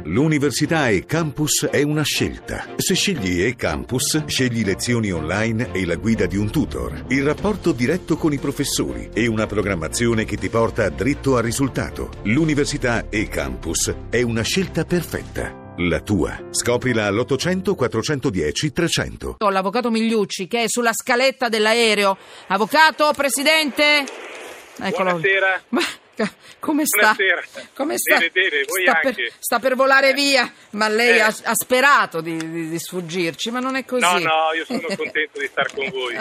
L'università e-Campus è una scelta. Se scegli e-Campus, scegli lezioni online e la guida di un tutor, il rapporto diretto con i professori e una programmazione che ti porta dritto al risultato. L'università e-Campus è una scelta perfetta. La tua. Scoprila all'800 410 300. L'avvocato Migliucci che è sulla scaletta dell'aereo. Avvocato, presidente? Eccolo. Buonasera. Ma come sta? Buonasera. Come sta? Bene, voi sta anche. Sta per volare via, ma lei ha sperato di sfuggirci, ma non è così. No, io sono contento di star con voi.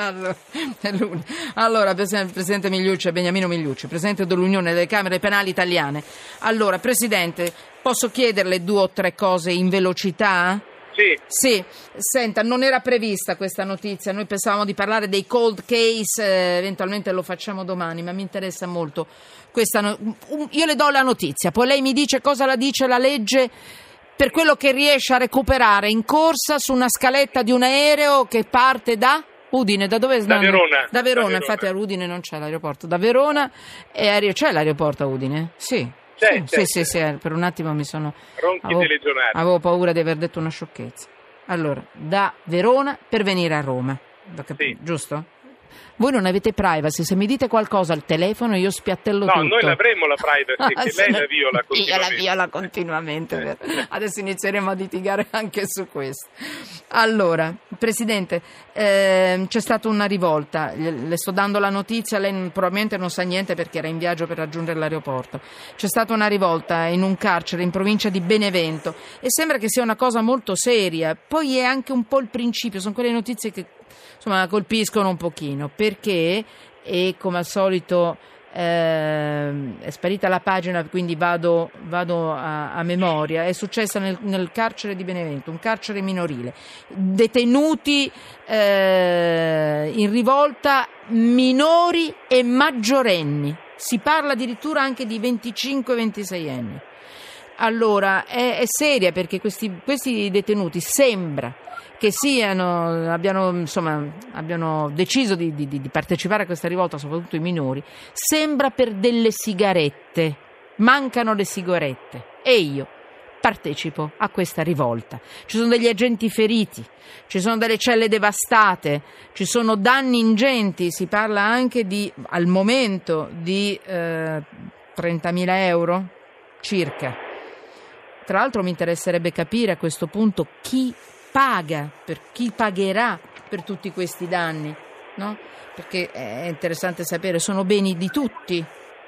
Allora, Presidente Migliucci, Beniamino Migliucci, Presidente dell'Unione delle Camere Penali Italiane. Allora, Presidente, posso chiederle 2 o 3 cose in velocità? Sì, senta, non era prevista questa notizia, noi pensavamo di parlare dei cold case, eventualmente lo facciamo domani, ma mi interessa molto questa io le do la notizia, poi lei mi dice cosa la dice la legge per quello che riesce a recuperare in corsa su una scaletta di un aereo che parte da Udine, da dove? Da Verona. Da Verona, infatti a Udine non c'è l'aeroporto, da Verona c'è l'aeroporto a Udine? Sì. Sì, per un attimo mi sono... Avevo paura di aver detto una sciocchezza. Allora, da Verona per venire a Roma, sì. Giusto? Voi non avete privacy, se mi dite qualcosa al telefono io spiattello tutto. No, noi l'avremo la privacy, che lei la viola continuamente. Io la viola continuamente. Adesso inizieremo a litigare anche su questo. Allora, Presidente, c'è stata una rivolta, le sto dando la notizia, lei probabilmente non sa niente perché era in viaggio per raggiungere l'aeroporto. C'è stata una rivolta in un carcere in provincia di Benevento e sembra che sia una cosa molto seria. Poi è anche un po' il principio, sono quelle notizie che insomma colpiscono un pochino, perché e come al solito è sparita la pagina, quindi vado a memoria. È successa nel carcere di Benevento, un carcere minorile, detenuti in rivolta minori e maggiorenni, si parla addirittura anche di 25-26 anni. Allora è seria, perché questi detenuti sembra che abbiano deciso di partecipare a questa rivolta, soprattutto i minori, sembra per delle sigarette. Mancano le sigarette e io partecipo a questa rivolta. Ci sono degli agenti feriti, ci sono delle celle devastate, ci sono danni ingenti, si parla anche al momento di 30.000 euro circa. Tra l'altro mi interesserebbe capire a questo punto chi pagherà per tutti questi danni, no? Perché è interessante sapere, sono beni di tutti.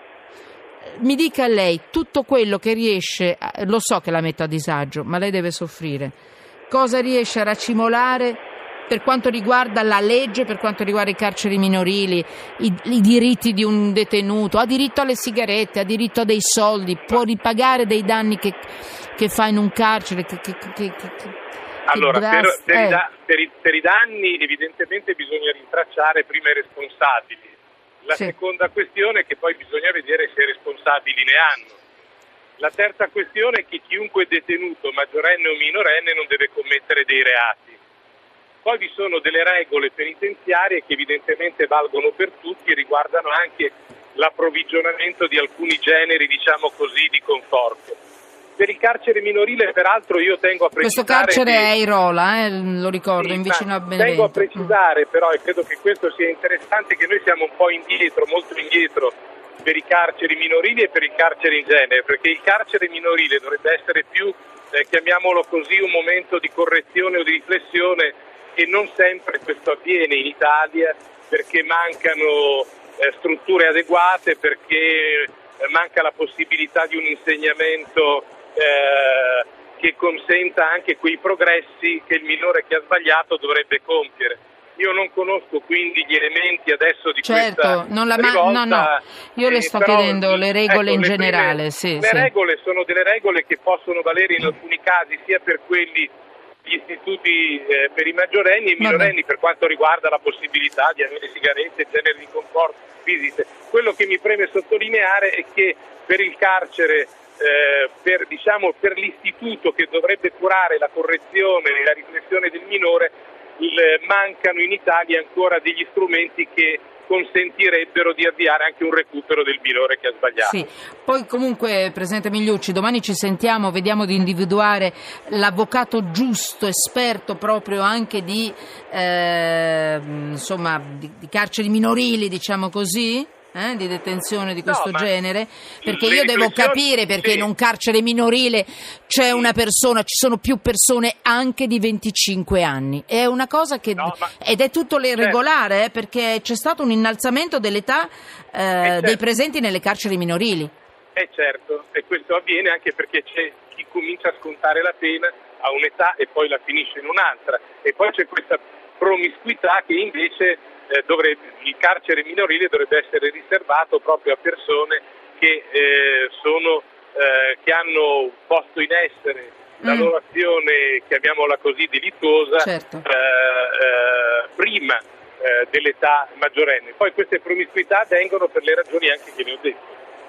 Mi dica lei tutto quello che riesce, lo so che la metto a disagio, ma lei deve soffrire. Cosa riesce a racimolare per quanto riguarda la legge, per quanto riguarda i carceri minorili, i diritti di un detenuto? Ha diritto alle sigarette, ha diritto a dei soldi, può ripagare dei danni che fa in un carcere, Allora, per i danni evidentemente bisogna rintracciare prima i responsabili. La seconda questione è che poi bisogna vedere se i responsabili ne hanno. La terza questione è che chiunque detenuto, maggiorenne o minorenne, non deve commettere dei reati. Poi vi sono delle regole penitenziarie che evidentemente valgono per tutti e riguardano anche l'approvvigionamento di alcuni generi, diciamo così, di conforto. Per il carcere minorile, peraltro, io tengo a precisare... Questo carcere è Airola, lo ricordo, in vicino a Benevento. Tengo a precisare però, e credo che questo sia interessante, che noi siamo un po' indietro, molto indietro, per i carceri minorili e per il carcere in genere, perché il carcere minorile dovrebbe essere più, chiamiamolo così, un momento di correzione o di riflessione, e non sempre questo avviene in Italia, perché mancano strutture adeguate, perché manca la possibilità di un insegnamento che consenta anche quei progressi che il minore che ha sbagliato dovrebbe compiere. Io non conosco quindi gli elementi adesso di questa rivolta. No, io le sto chiedendo le regole in generale. Le regole sono delle regole che possono valere in alcuni casi sia per quelli gli istituti per i maggiorenni e i minorenni per quanto riguarda la possibilità di avere sigarette, generi di conforto, visite. Quello che mi preme sottolineare è che per il carcere, per l'istituto che dovrebbe curare la correzione e la riflessione del minore, mancano in Italia ancora degli strumenti che consentirebbero di avviare anche un recupero del minore che ha sbagliato. Sì. Poi comunque, Presidente Migliucci, domani ci sentiamo, vediamo di individuare l'avvocato giusto, esperto proprio anche di carceri minorili, diciamo così, di detenzione di questo genere, perché io devo capire perché in un carcere minorile c'è una persona, ci sono più persone anche di 25 anni. È una cosa che ed è tutto regolare, perché c'è stato un innalzamento dell'età dei presenti nelle carceri minorili. Certo, e questo avviene anche perché c'è chi comincia a scontare la pena a un'età e poi la finisce in un'altra, e poi c'è questa promiscuità che invece il carcere minorile dovrebbe essere riservato proprio a persone che hanno posto in essere la loro azione, chiamiamola così, delittuosa, prima dell'età maggiorenne. Poi queste promiscuità vengono per le ragioni anche che ne ho detto.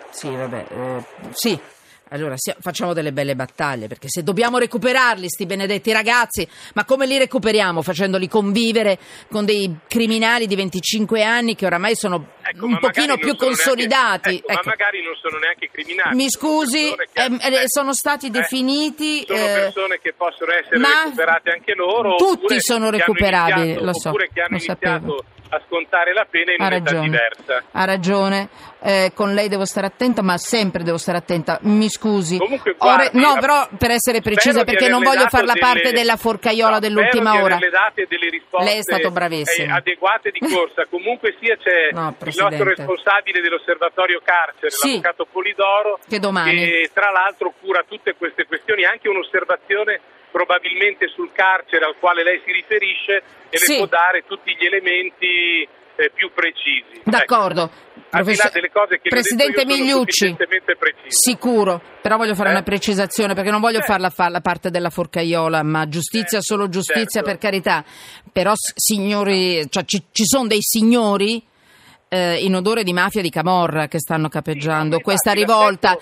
Sì. Allora facciamo delle belle battaglie, perché se dobbiamo recuperarli sti benedetti ragazzi, ma come li recuperiamo? Facendoli convivere con dei criminali di 25 anni che oramai sono un pochino più consolidati. Ma magari non sono neanche criminali. Mi scusi, sono stati definiti... Sono persone che possono essere recuperate anche loro. Tutti sono recuperabili, lo so. Oppure che hanno iniziato a scontare la pena in un'età diversa. Ha ragione, con lei devo stare attenta, ma sempre devo stare attenta. Mi scusi. Comunque, guardi, però per essere precisa, perché non voglio far la parte della forcaiola dell'ultima ora. Le date e delle risposte lei è stato bravissimo. Adeguate di corsa. Comunque c'è il nostro responsabile dell'osservatorio carcere, l'avvocato Polidoro, che domani tra l'altro cura tutte queste questioni, anche un'osservazione probabilmente sul carcere al quale lei si riferisce, e le può dare tutti gli elementi più precisi. D'accordo. Al di là delle cose che Presidente Migliucci, sicuro, però voglio fare una precisazione, perché non voglio farla la parte della forcaiola, ma giustizia, solo giustizia, per carità. Però signori, ci sono dei signori in odore di mafia di camorra che stanno capeggiando questa rivolta.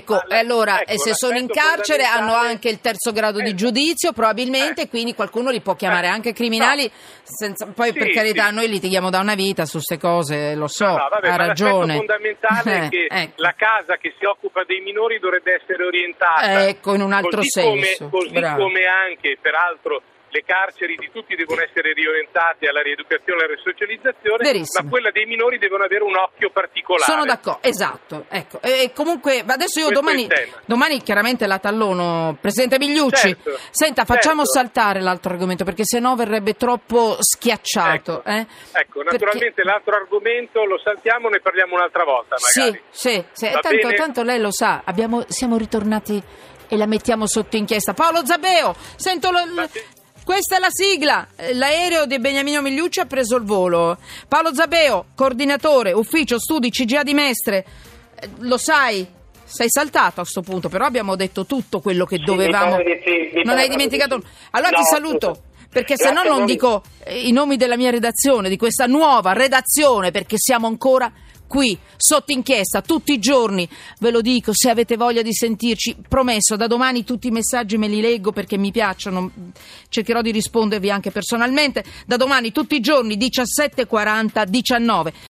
Se sono in carcere hanno anche il terzo grado di giudizio probabilmente, quindi qualcuno li può chiamare anche criminali, poi per carità noi litighiamo da una vita su queste cose, lo so, ha ragione. L'aspetto fondamentale è che la casa che si occupa dei minori dovrebbe essere orientata in un altro senso, come anche peraltro le carceri di tutti devono essere riorientate alla rieducazione e alla risocializzazione. Verissimo. Ma quella dei minori devono avere un occhio particolare. Sono d'accordo, esatto. Ecco. E comunque adesso io domani chiaramente la tallono, Presidente Migliucci. Senta, facciamo saltare l'altro argomento, perché sennò verrebbe troppo schiacciato. Ecco, naturalmente l'altro argomento lo saltiamo, ne parliamo un'altra volta magari. Sì. Tanto lei lo sa, siamo ritornati e la mettiamo sotto inchiesta. Paolo Zabeo, sento questa è la sigla. L'aereo di Beniamino Migliucci ha preso il volo. Paolo Zabeo, coordinatore, ufficio studi CGA di Mestre. Lo sai? Sei saltato a sto punto, però abbiamo detto tutto quello che dovevamo. Non hai dimenticato? Allora ti saluto, perché se no non dico i nomi della mia redazione, di questa nuova redazione, perché siamo ancora qui sotto inchiesta tutti i giorni. Ve lo dico, se avete voglia di sentirci, promesso, da domani tutti i messaggi me li leggo perché mi piacciono, cercherò di rispondervi anche personalmente. Da domani tutti i giorni 17:40, 19.